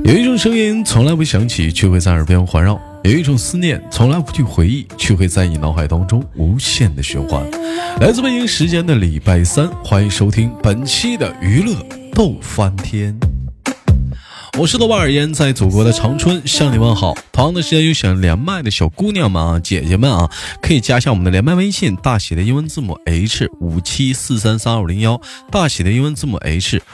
有一种声音从来不响起，却会在耳边环绕；有一种思念从来不去回忆，却会在你脑海当中无限的循环。来自北京时间的礼拜三，欢迎收听本期的娱乐逗翻天。我是豆瓣而言，在祖国的长春向你问好。同样的时间，有想连麦的小姑娘们啊、姐姐们啊，可以加上我们的连麦微信，大写的英文字母 H57433251，大写的英文字母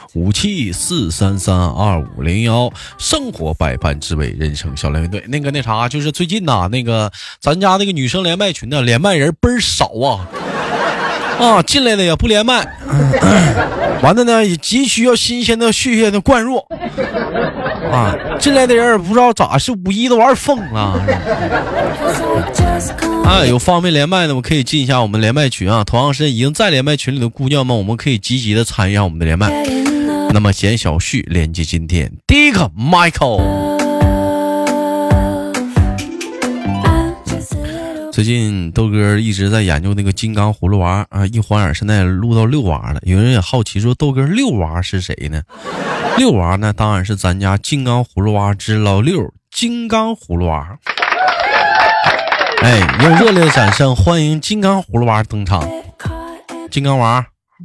H57433251。生活百般滋味，人生小连队。那啥，就是最近呐、咱家那个女生连麦群的连麦人倍儿少啊，进来的也不连麦，完了呢也急需要新鲜的血液的灌入啊，进来的人也不知道咋是五一都玩疯了。有方便连麦的我可以进一下我们连麦群啊，同样是已经在连麦群里的姑娘们，我们可以积极的参与上我们的连麦。那么简小旭连接今天第一个 Michael。最近豆哥一直在研究那个金刚葫芦娃啊，一晃眼现在录到六娃了。有人也好奇说豆哥六娃是谁呢？六娃呢当然是咱家金刚葫芦娃之老六金刚葫芦娃。用热烈的掌声欢迎金刚葫芦娃登场。金刚娃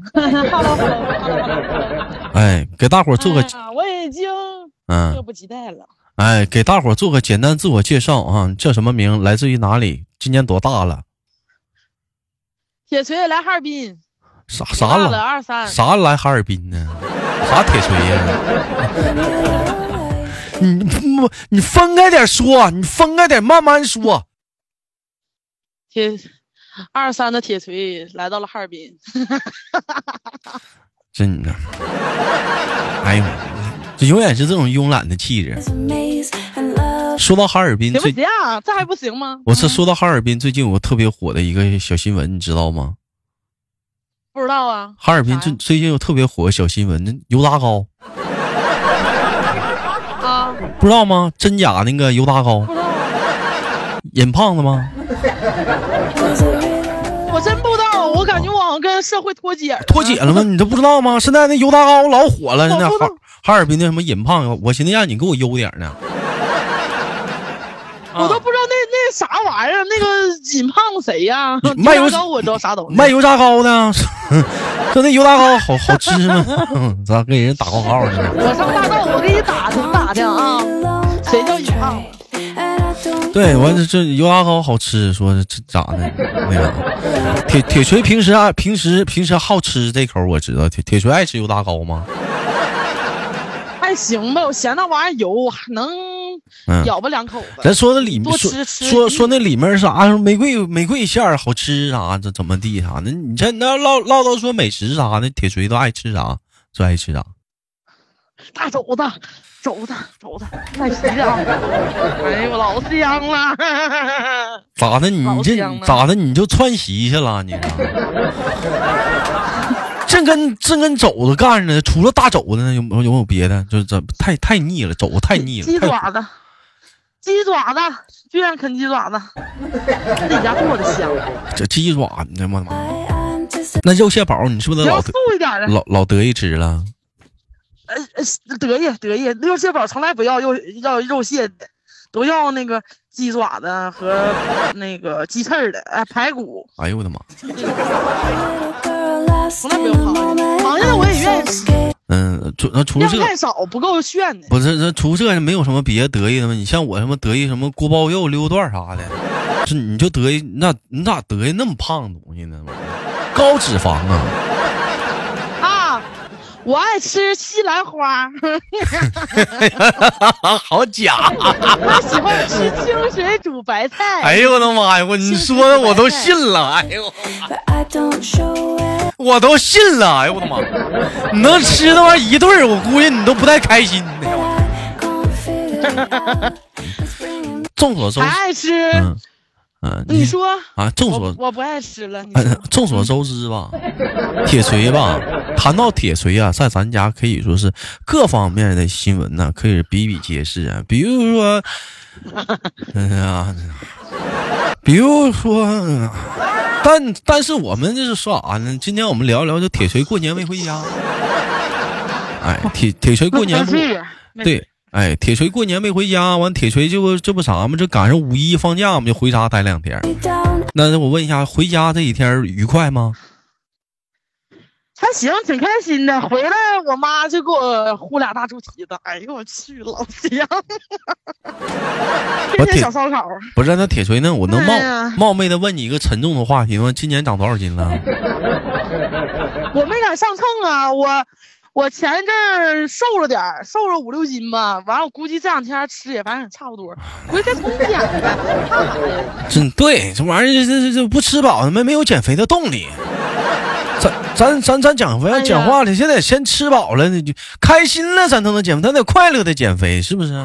给大伙做个我已经迫不及待了。 给大伙做个简单自我介绍啊，叫什么名？来自于哪里？今年多大了？ 铁锤来哈尔滨。 啥了 ？23。 啥来哈尔滨呢？啥铁锤呀？你分开点说，你分开点慢慢说。 23的铁锤来到了哈尔滨。 真的，这永远是这种慵懒的气质。说到哈尔滨， 行不行？这还不行吗？ 我是说到哈尔滨，最近有个特别火的一个小新闻，你知道吗？ 不知道啊。 哈尔滨最近有特别火的小新闻，油大糕啊， 不知道吗？真假那个油大糕， 不知道。 引胖子吗？ 我真不知道，我感觉我好像跟社会脱节了吗？你都不知道吗？现在那油大糕老火了，现在哈尔滨的什么引胖，我寻思让你给我邮点呢。 我都不知道那啥玩意儿，那个引胖谁呀？ 卖油糕我知道啥东西， 卖油炸糕的。说那油炸糕好吃吗？咋给人打广告呢？ 我上大道，我给你打听啊，谁叫引胖子？ 对，完这油炸糕好吃，说这咋的？那个铁锤平时好吃这口我知道，铁锤爱吃油炸糕吗？ 还行吧，我嫌那玩意儿油，能咬吧两口子。 咱说那里面说那里面啥玫瑰馅儿好吃啥，这怎么地啥的？你这那唠叨说美食啥的，铁锤都爱吃啥？最爱吃啥？ 大肘子，太皮的，哎呦，老香了。 咋的？你就窜席去了？你正跟肘子干着，除了大肘子呢，有没有别的？就是这太腻了，肘子太腻了。 鸡爪子，居然啃鸡爪子，自己家做的香。 这鸡爪，你他妈那肉蟹堡，你是不是老得意吃了？ 得意，肉蟹堡从来不要肉蟹的，都要那个鸡爪子和那个鸡翅的，排骨。 哎呦我的妈！ 从来不要螃蟹我也愿意吃。 除了这太少不够炫的。 不是，这除这没有什么别得意的吗？你像我什么得意什么锅包肉、溜段啥的，你就得意，那你咋得意那么胖的东西呢？高脂肪啊！ 我爱吃西兰花。 好假！ 我喜欢吃清水煮白菜。 哎呦我的妈呀！你说的我都信了。哎呦，我都信了。哎呦我的妈！你能吃那玩意一顿，我估计你都不太开心的。众所周知， 还爱吃。你说啊？ 我不爱吃了。 众所周知吧，铁锤吧。谈到铁锤啊，在咱家可以说是各方面的新闻呢，可以比比皆是啊。比如说，但是我们这是说啥呢？今天我们聊一聊，这铁锤过年没回家。铁锤过年不对。 哎，铁锤过年没回家，完铁锤这不啥吗？这赶上5·1放假嘛，就回家待2天。那我问一下，回家这几天愉快吗？ 还行，挺开心的。回来我妈就给我呼俩大猪蹄子，哎呦我去，老香！天天小烧烤。 不是，那铁锤呢？我能冒昧的问你一个沉重的话题吗？今年长多少斤了？ 我没敢上秤啊，我前一阵儿瘦了点儿，瘦了5、6斤吧。完了，我估计这2天吃也反正差不多，回再重减呗。 真对，这玩意儿这不吃饱，没有减肥的动力。咱讲话的，现在先吃饱了，你就开心了，咱才能减肥，咱得快乐的减肥，是不是啊？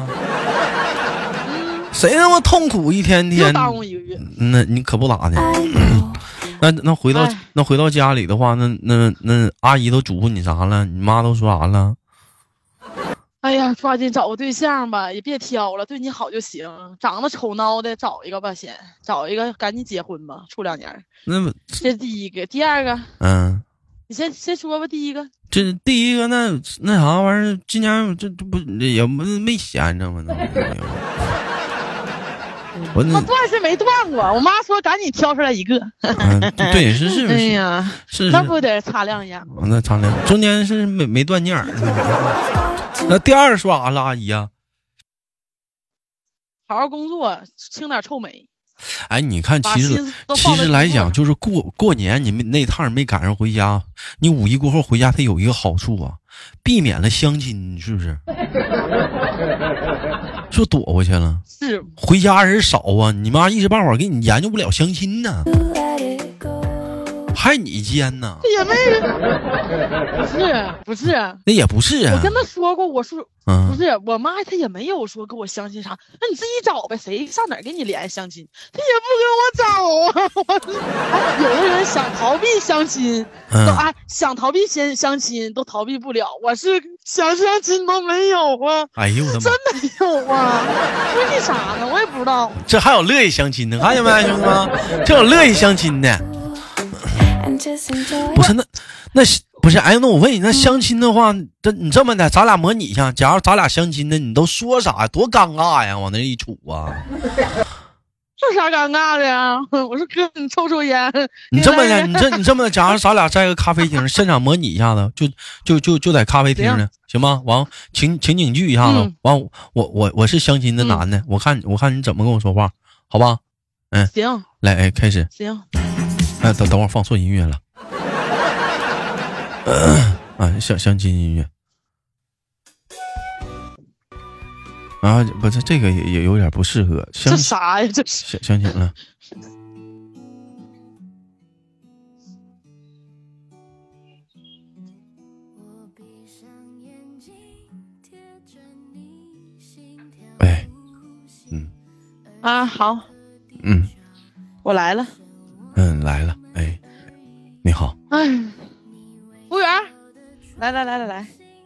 谁那么痛苦一天天？ 耽误1个月。 那你可不咋的。那回到家里的话，那阿姨都嘱咐你啥了？你妈都说啥了？ 哎呀，抓紧找个对象吧，也别挑了，对你好就行。长得丑孬的找一个吧，先找一个，赶紧结婚吧，处2年。 那么这第一个，第二个，你先说吧。第一个， 这第一个那啥玩意儿，今年这不也没闲着吗？ 他断是没断过，我妈说赶紧挑出来一个。 对，是不是？ 哎呀， 是那不得擦亮眼？ 那擦亮，中间是没断念儿。那第二说啥了，阿姨呀？ 好好工作，清点臭美。 哎，你看，其实来讲，就是过年你们那趟没赶上回家，你5·1过后回家，它有一个好处啊，避免了相亲，是不是？就躲过去了。 是回家人少啊，你妈一时半会儿给你研究不了相亲呢，害你奸呢。 也没不是， 那也不是啊。 我跟他说过，我说不是，我妈她也没有说跟我相亲啥，那你自己找呗，谁上哪儿给你联系相亲？她也不跟我找啊。有的人想逃避相亲，想逃避相亲都逃避不了，我是想相亲都没有啊。 哎呦我的妈， 真没有啊！为啥呢？我也不知道。 这还有乐意相亲的，看见没，兄弟们？这有乐意相亲的。不是那不是，哎，那我问你，那相亲的话，你这么的，咱俩模拟一下，假如咱俩相亲的，你都说啥呀？多尴尬呀，往那一杵啊！ 有啥尴尬的呀？我说哥，你抽抽烟。 你这么的，你这么的，假如咱俩在一个咖啡厅，现场模拟一下子，就在咖啡厅呢，行吗？完情景剧一下子，完我是相亲的男的，我看你怎么跟我说话，好吧？ 行， 来，哎，开始。 行。 哎，等会儿放错音乐了。相亲音乐。啊，不是这个也有点不适合。 这啥呀？这是相亲了。哎， 好，我来了。 来了，哎，你好。 服务员，来，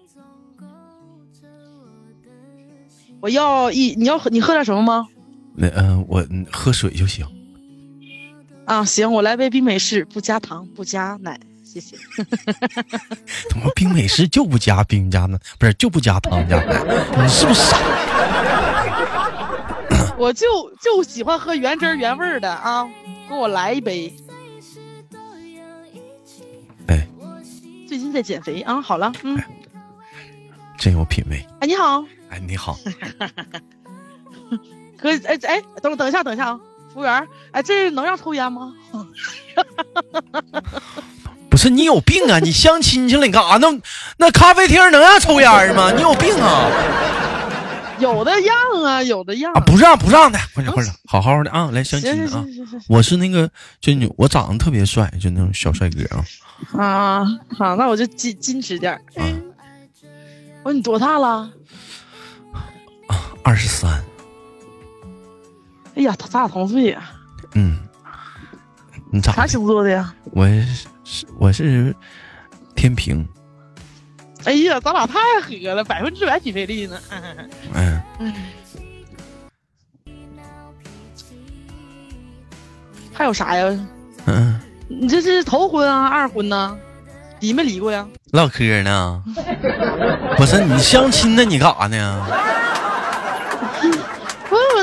我要你喝点什么吗？ 我喝水就行。 行，我来杯冰美式，不加糖不加奶，谢谢。 怎么冰美式就不加冰加呢？不是就不加糖加奶？你是不是傻？ 我就喜欢喝原汁原味的啊，给我来一杯。 哎， 最近在减肥啊，好了， 真有品味。 哎，你好。 哎，你好。 哥，等一下啊，服务员，哎，这能让抽烟吗？ 不是你有病啊！你相亲去了，你干啥？那咖啡厅能让抽烟吗？你有病啊！ 有的样啊，有的样啊，不让的，不是，好好的啊，来相亲啊！我是那个，就我长得特别帅，就那种小帅哥啊。 好，那我就矜持点。我说你多大了 ？23。 哎呀，咱俩同岁呀。 你咋？ 啥星座的呀？ 我是天平。 哎呀，咱俩太合了，100%匹配率呢。还有啥呀？你这是头婚啊，二婚呢？离没离过呀？ 唠嗑呢？不是你相亲呢？你干啥呢？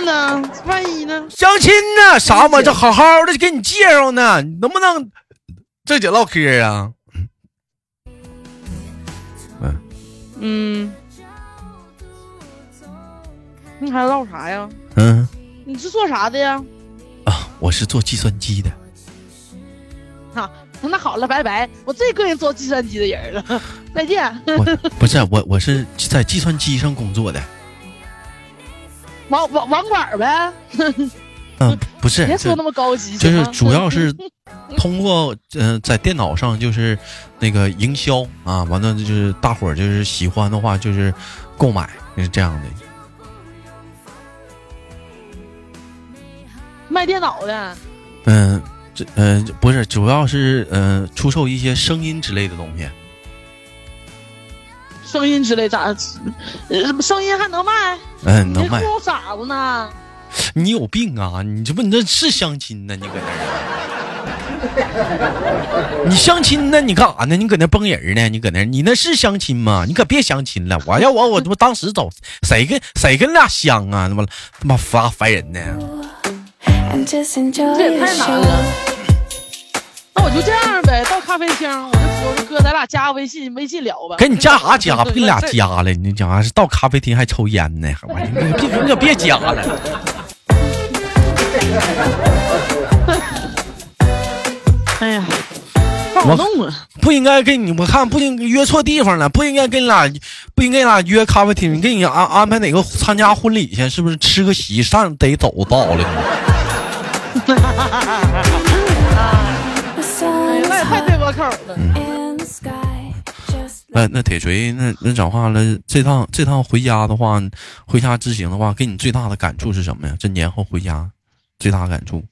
呢？万一呢？ 相亲呢？啥嘛？这好好的给你介绍呢，你能不能正经唠嗑啊？ 你还唠啥呀？你是做啥的呀？ 我是做计算机的。 那好了，拜拜！我最膈应做计算机的人了，再见。 不是我是在计算机上工作的。 网管呗。 不是， 别说那么高级， 就是主要是通过在电脑上就是那个营销啊，完了就是大伙儿就是喜欢的话就是购买，是这样的。 卖电脑的。 不是，主要是出售一些声音之类的东西。 声音之类咋？声音还能卖？ 能卖。 你唬傻子呢？ 你有病啊！你这是相亲呢？你搁那儿？你相亲呢？你干啥呢？你搁那崩人呢？你搁那？你那是相亲吗？你可别相亲了！我他妈当时走，谁跟俩相啊？他妈烦人呢！ 这也太难了。那我就这样呗，到咖啡厅我就说哥，咱俩加个微信聊吧。 跟你加啥加？跟你俩加了，你讲啥是到咖啡厅还抽烟呢？你可别加了。 哎呀，不好弄啊！ 不应该跟你，我看不应该约错地方了，不应该跟你俩约咖啡厅，给你安排哪个参加婚礼去？是不是吃个席上得走到了？ 那也太对我口了。 那铁锤，那讲话了，这趟回家的话，回家之行的话，给你最大的感触是什么呀？这年后回家最大感触，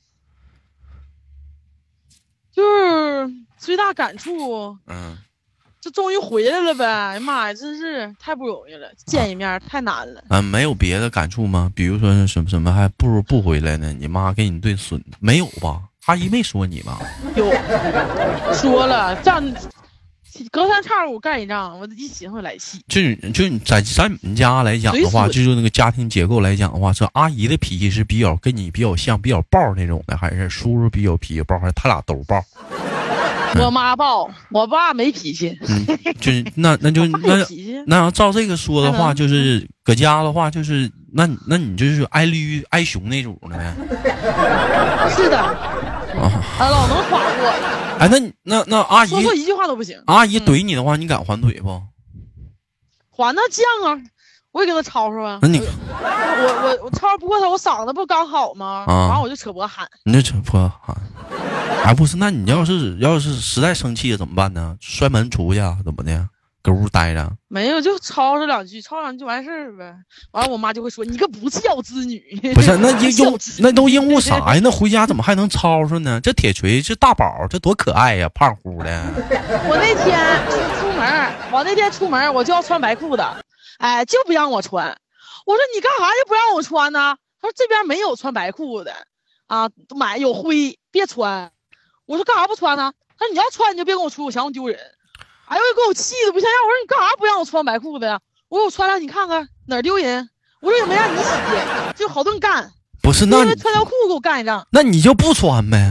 就是最大感触，这终于回来了呗！哎呀妈呀，真是太不容易了，见一面太难了。 没有别的感触吗？比如说什么还不如不回来呢？你妈给你顿损，没有吧？阿姨没说你吧？ 有，说了，这样隔三差五干一仗，我一寻思来气。 就你在你们家来讲的话，就是那个家庭结构来讲的话，这阿姨的脾气是跟你比较像，比较暴那种的，还是叔叔比较脾气暴，还是他俩都暴？ 我妈暴，我爸没脾气。 就是那要照这个说的话，就是搁家的话，就是那你就是挨驴挨熊那种的呗。 是的。老能耍我了。 哎，那阿姨说错一句话都不行。 阿姨怼你的话，你敢还怼不？ 还那犟啊！我也跟他吵吵啊。 那你我吵不过他，我嗓子不刚好吗？完我就扯脖喊。 你就扯脖喊。还不是？那你要是实在生气怎么办呢？摔门出去啊？怎么的？搁屋待着？ 没有，就吵两句完事儿呗。完了，我妈就会说你个不孝之女。 不是，那都应付啥呀？那回家怎么还能吵吵呢？这铁锤这大宝这多可爱呀，胖乎的。 我那天出门，我就要穿白裤子，哎，就不让我穿。我说你干啥就不让我穿呢？他说这边没有穿白裤的啊，有灰，别穿。我说干啥不穿呢？他说你要穿你就别跟我出，我嫌我丢人。哎呦，给我气的不像样！我说你干啥不让我穿白裤子呀？我说我穿了你看看哪儿丢人？我说也没让你洗，就好顿干。 不是那因为穿条裤给我干一仗， 那你就不穿呗？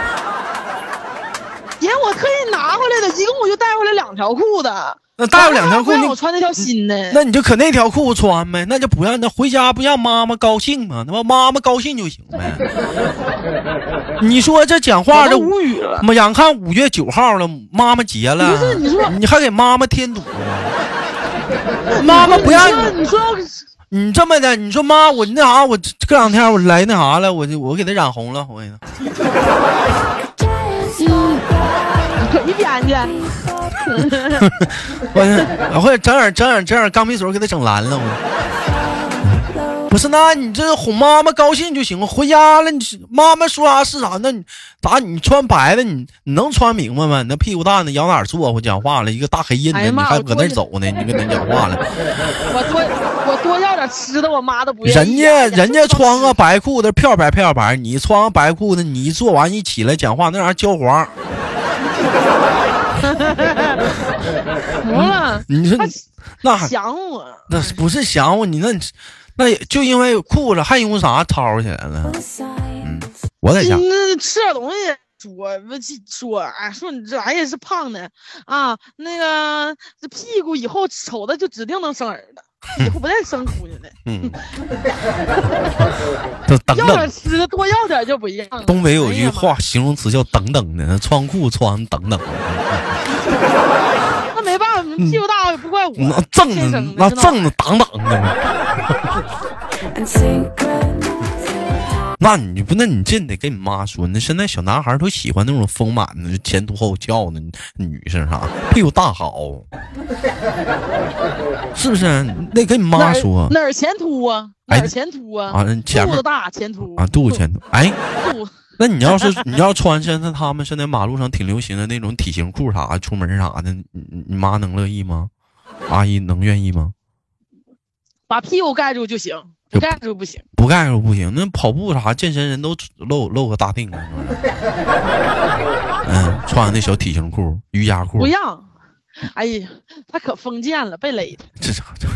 爷，我特意拿回来的，一共我就带回来2条裤子。 那带回2条裤， 我穿那条新的。 那你就可那条裤穿呗，那就不让那回家不让妈妈高兴吗？那妈妈高兴就行呗。你说这讲话这无语了。 眼看5月9号了，妈妈节了， 不是你说你还给妈妈添堵？妈妈不让你说你这么的，你说妈，我那啥，我这2天我来那啥了，我给他染红了，我给他。 你编去。 或者整点钢皮水给他整蓝了。不是，那你这哄妈妈高兴就行了。回家了，你妈妈说啥是啥。那你穿白的，你能穿明白吗？你那屁股蛋子摇哪坐？我讲话了，一个大黑印子，你还搁那走呢？你跟他讲话了。 我多要点吃的，我妈都不愿意。 人家穿个白裤子漂白，你穿个白裤子，你一做完一起来讲话，那玩意儿焦黄。 服了， 你说那想我？ 那不是想我，你那也就因为裤子，还用啥吵起来了？我在想， 吃点东西。说你这玩意也是胖的啊，那个这屁股以后瞅着就指定能生儿子，以后不带生姑娘的。要点吃的多要点就不一样。 东北有句话形容词叫等等的，穿裤穿等等。 那没办法，屁股大也不怪我。 那正的挡挡的。那你这得跟你妈说，那现在小男孩都喜欢那种丰满的、前凸后翘的女生啥，屁股大好，是不是？得跟你妈说哪儿前凸啊？哪儿前凸啊？前面肚子大前凸啊，肚子前凸。哎，那你要穿现在他们现在马路上挺流行的那种体型裤啥，出门啥的，你妈能乐意吗？阿姨能愿意吗？ 把屁股盖住就行。不盖住不行， 不盖住不行。那跑步啥，健身人都露个大腚啊。穿那小体型裤、瑜伽裤。 不让，哎呀，他可封建了，被勒的。 这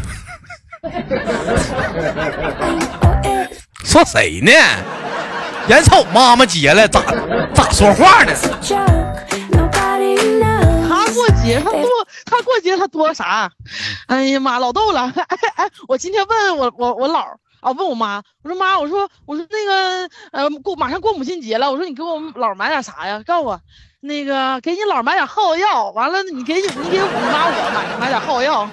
说谁呢？眼瞅妈妈节了，咋说话呢？ 他过节他多啥？哎呀妈，老逗了。哎，我今天问我姥啊，问我妈，我说妈，我说那个马上过母亲节了，我说你给我姥买点啥呀？告诉我，那个给你姥买点耗药，完了你给我妈我买点耗药。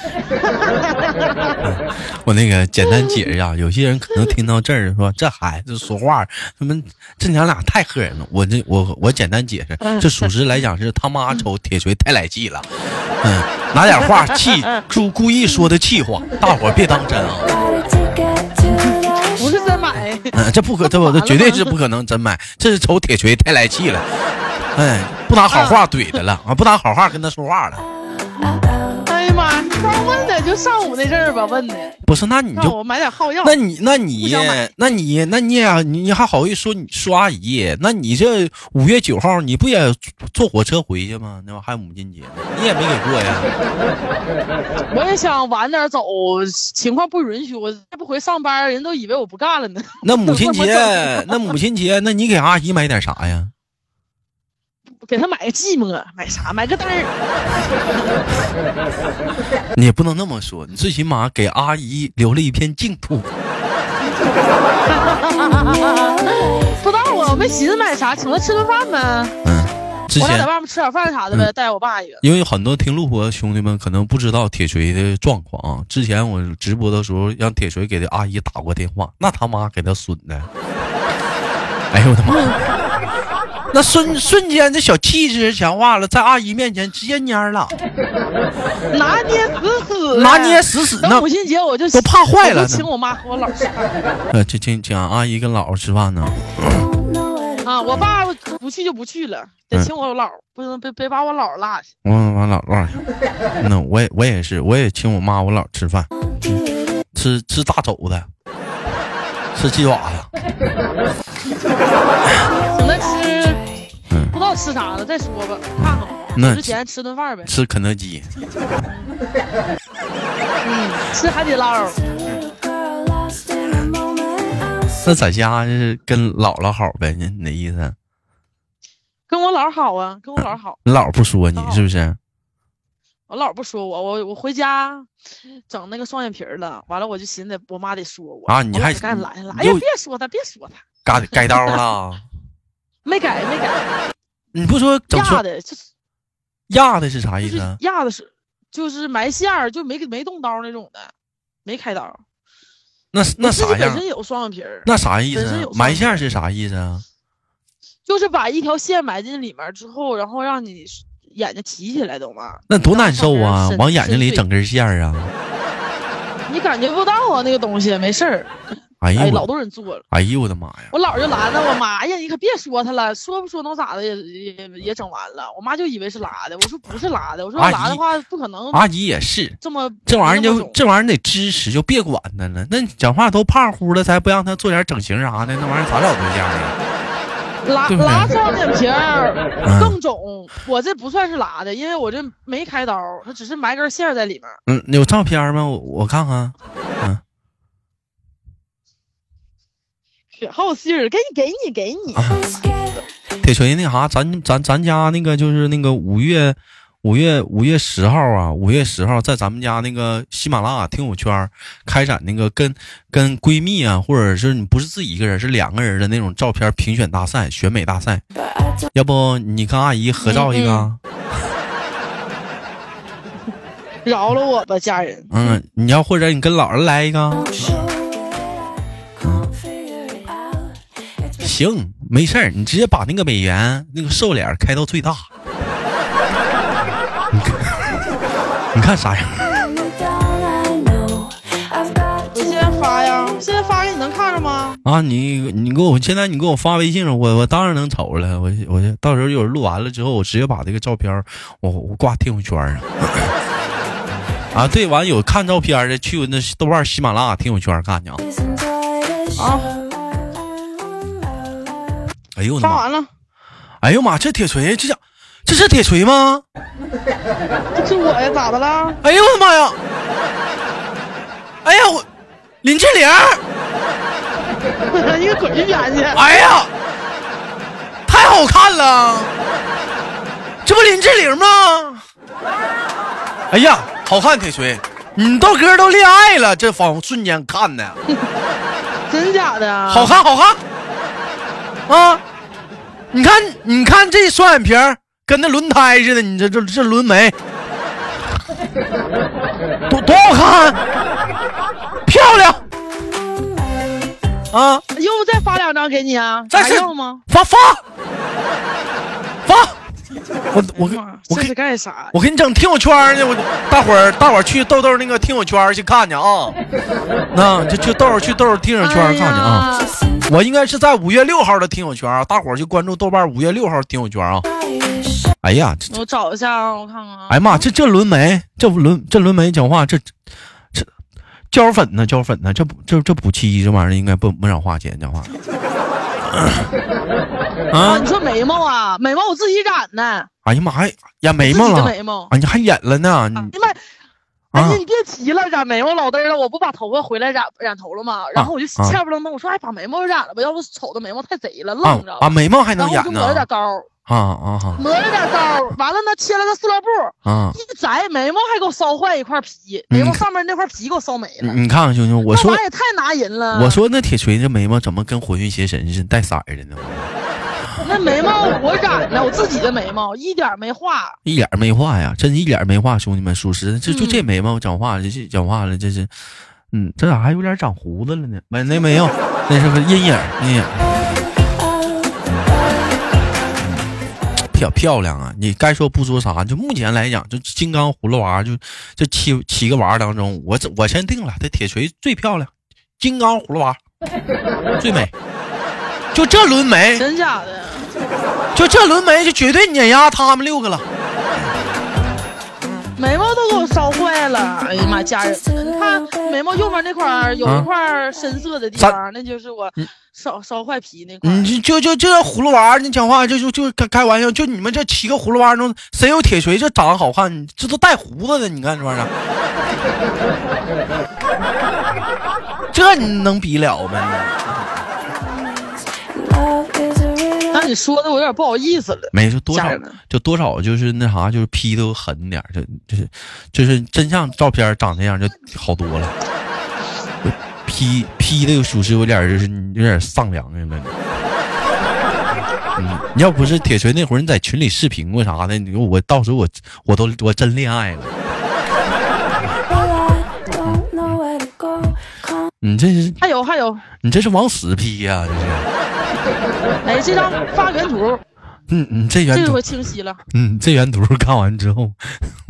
我那个简单解释啊，有些人可能听到这儿说这孩子说话，他们这娘俩太吓人了。我简单解释，这属实来讲是他妈瞅铁锤太来气了，拿点话气故意说的气话，大伙别当真啊。 不是真买， 这绝对是不可能真买，这是瞅铁锤太来气了，不拿好话怼的了啊，不拿好话跟他说话了。 哎呀妈，你刚问的就上午那阵儿吧，问的不是，那你就我买点耗药。 那你还好意思说阿姨？那你这5月9号你不也坐火车回去吗？那还有母亲节呢，你也没给过呀。 我也想晚点走，情况不允许，我再不回上班，人都以为我不干了呢。 那母亲节，那你给阿姨买点啥呀？ 给他买个寂寞，买啥？买个灯儿。 你也不能那么说，你最起码给阿姨留了一片净土。 不知道我没寻思买啥，请他吃顿饭呗。 之前我俩在外面吃点饭啥的呗，带我爸一个。 因为很多听录播的兄弟们可能不知道铁锤的状况，之前我直播的时候让铁锤给他阿姨打过电话，那他妈给他损的，哎呦我的妈！那瞬间这小气质强化了，在阿姨面前直接蔫了， 拿捏死死。 那母亲节我就都怕坏了， 请我妈和我姥吃饭。 请阿姨跟姥姥吃饭呢。 啊，我爸不去就不去了，得请我姥，不能别把我姥落下。 我把姥落下。那我也是，我也请我妈我姥吃饭，吃大肘子，吃鸡爪子。 等他吃，不知道吃啥了，再说吧，看看。 那之前吃顿饭呗， 吃肯德基。 吃海底捞。 那在家是跟姥姥好呗？你的意思？ 跟我姥好啊，跟我姥好。 你姥不说你是不是？ 我姥不说我回家整那个双眼皮了，完了我就寻思我妈得说我啊，你还赶紧拦下来。哎呀，别说他。 改刀了？ 没改。 你不说整压的是啥意思？ 压的是就是埋线儿，就没动刀那种的，没开刀。 那啥样？ 本身有双眼皮儿。 那啥意思？埋线是啥意思啊？ 就是把一条线埋进里面之后，然后让你眼睛提起来，懂吗？ 那多难受啊！往眼睛里整根线啊！ 你感觉不到啊，那个东西没事儿。 哎呀， 老多人做了。 哎呦我的妈呀！ 我姥就拦着我妈呀，你可别说他了，说不说能咋的也整完了。我妈就以为是拉的，我说不是拉的，我说拉的话不可能。 阿姨也是这玩意儿得支持，就别管他了。那讲话都胖乎的，才不让他做点整形啥的，那玩意儿咋找对象啊？ 拉双眼皮儿更肿，我这不算是拉的，因为我这没开刀，它只是埋根线在里面。 有照片吗？我看看。 好心儿，给你。 铁锤那啥，咱家那个就是那个5月10号啊，5月10号在咱们家那个喜马拉雅听友圈开展那个跟闺蜜啊，或者是你不是自己一个人，是2个人的那种照片评选大赛、选美大赛。要不你跟阿姨合照一个？ 饶了我吧，家人。 你要或者你跟老人来一个。行，没事儿，你直接把那个美颜那个瘦脸开到最大。你看啥样？ 我现在发呀，现在发给你能看着吗？ 啊，你给我现在你给我发微信上，我当然能瞅了。我到时候有人录完了之后，我直接把这个照片我挂听友圈上。啊，对，完有看照片的去那豆瓣喜马拉雅听友圈看去啊。哎呦我的妈！ 发完了。 哎呦妈，这铁锤这是铁锤吗？ 这是我呀，咋的了？ 哎呦我的妈呀！哎呀我林志玲， 你个滚一边去！ 哎呀，太好看了，这不林志玲吗？哎呀，好看铁锤，你豆哥都恋爱了，这瞬间看的， 真假的啊？ 好看啊！你看这双眼皮跟那轮胎似的，你这轮眉多好看，漂亮啊！ 又再发2张给你啊？ 还要吗？ 发！我这是干啥？ 我给你整听友圈呢，大伙儿去豆那个听友圈去看去啊！那就去豆听友圈看去啊！我应该是在5月6号的听友圈啊，大伙儿去关注豆瓣5月6号听友圈啊！哎呀， 我找一下，我看看。 哎呀妈，这轮眉，这轮眉讲话，这胶粉呢，这补漆这玩意儿应该不少花钱讲话。 啊，你说眉毛啊？眉毛我自己染的。 哎呀妈呀，染眉毛了！啊，你还染了呢？ 哎呀，你别急了，染眉毛老嘚了，我不把头发回来染头了吗？然后我就欠不愣登，我说把眉毛染了吧，要不瞅着眉毛太贼了，愣着。 啊，眉毛还能染呢？ 然后我就抹了点膏。抹了点膏，完了呢，切了个塑料布，一摘眉毛还给我烧坏一块皮，眉毛上面那块皮给我烧没了。 你看看兄弟，我说那玩意也太拿人了。 我说那铁锤这眉毛怎么跟混血邪神似的带色的呢？ 那眉毛我染的，我自己的眉毛一点没画， 一点没画呀，真一点没画，兄弟们，属实就这眉毛讲话了，这是，这咋还有点长胡子了呢？没有，那是个阴影。漂亮啊！你该说不说啥，就目前来讲，就金刚葫芦娃，就这七个娃当中，我先定了，这铁锤最漂亮，金刚葫芦娃最美，就这轮眉， 真假的？ 就这轮眉就绝对碾压他们6个了。 眉毛都给我烧坏了，哎呀妈，家人，你看眉毛右边那块有一块深色的地方，那就是我烧坏皮那块。 就这葫芦娃，你讲话就开玩笑，就你们这7个葫芦娃中，谁有铁锤这长得好看？这都带胡子的，你看这玩意儿，这你能比了吗？ 那你说的我有点不好意思了。 没说多少就是那啥，就是 P 都狠点，就是真像照片长那样就好多了。P 的属实有点丧良了。你要不是铁锤那会儿你在群里视频过啥的，我到时候我真恋爱了。你这是还有， 你这是往死 P 呀，这是。 哎，这张发原图， 这原图这回清晰了。 这原图看完之后，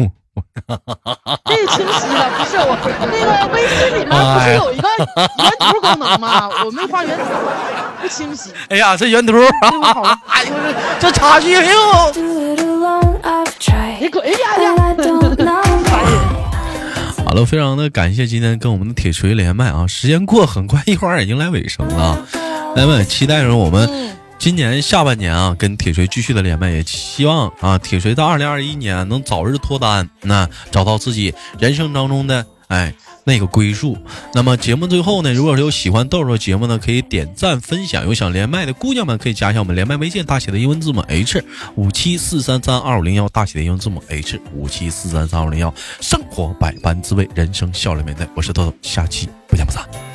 这清晰了，不是我那个微信里面不是有一个原图功能吗？我没发原图，不清晰。 哎呀，这原图，哎呦，这差距，哎呦， 你滚一边去！ 好了，非常的感谢今天跟我们的铁锤连麦啊！时间过很快，一会儿已经来尾声了。来们期待着我们今年下半年啊，跟铁锤继续的连麦，也希望啊，铁锤到2021年能早日脱单，那找到自己人生当中的哎，那个归宿。那么节目最后呢，如果是有喜欢豆豆节目呢，可以点赞分享。有想连麦的姑娘们可以加一下我们连麦微信，大写的英文字母 H57433251，大写的英文字母 H57433251。生活百般滋味，人生笑脸面对。我是豆豆，下期不见不散。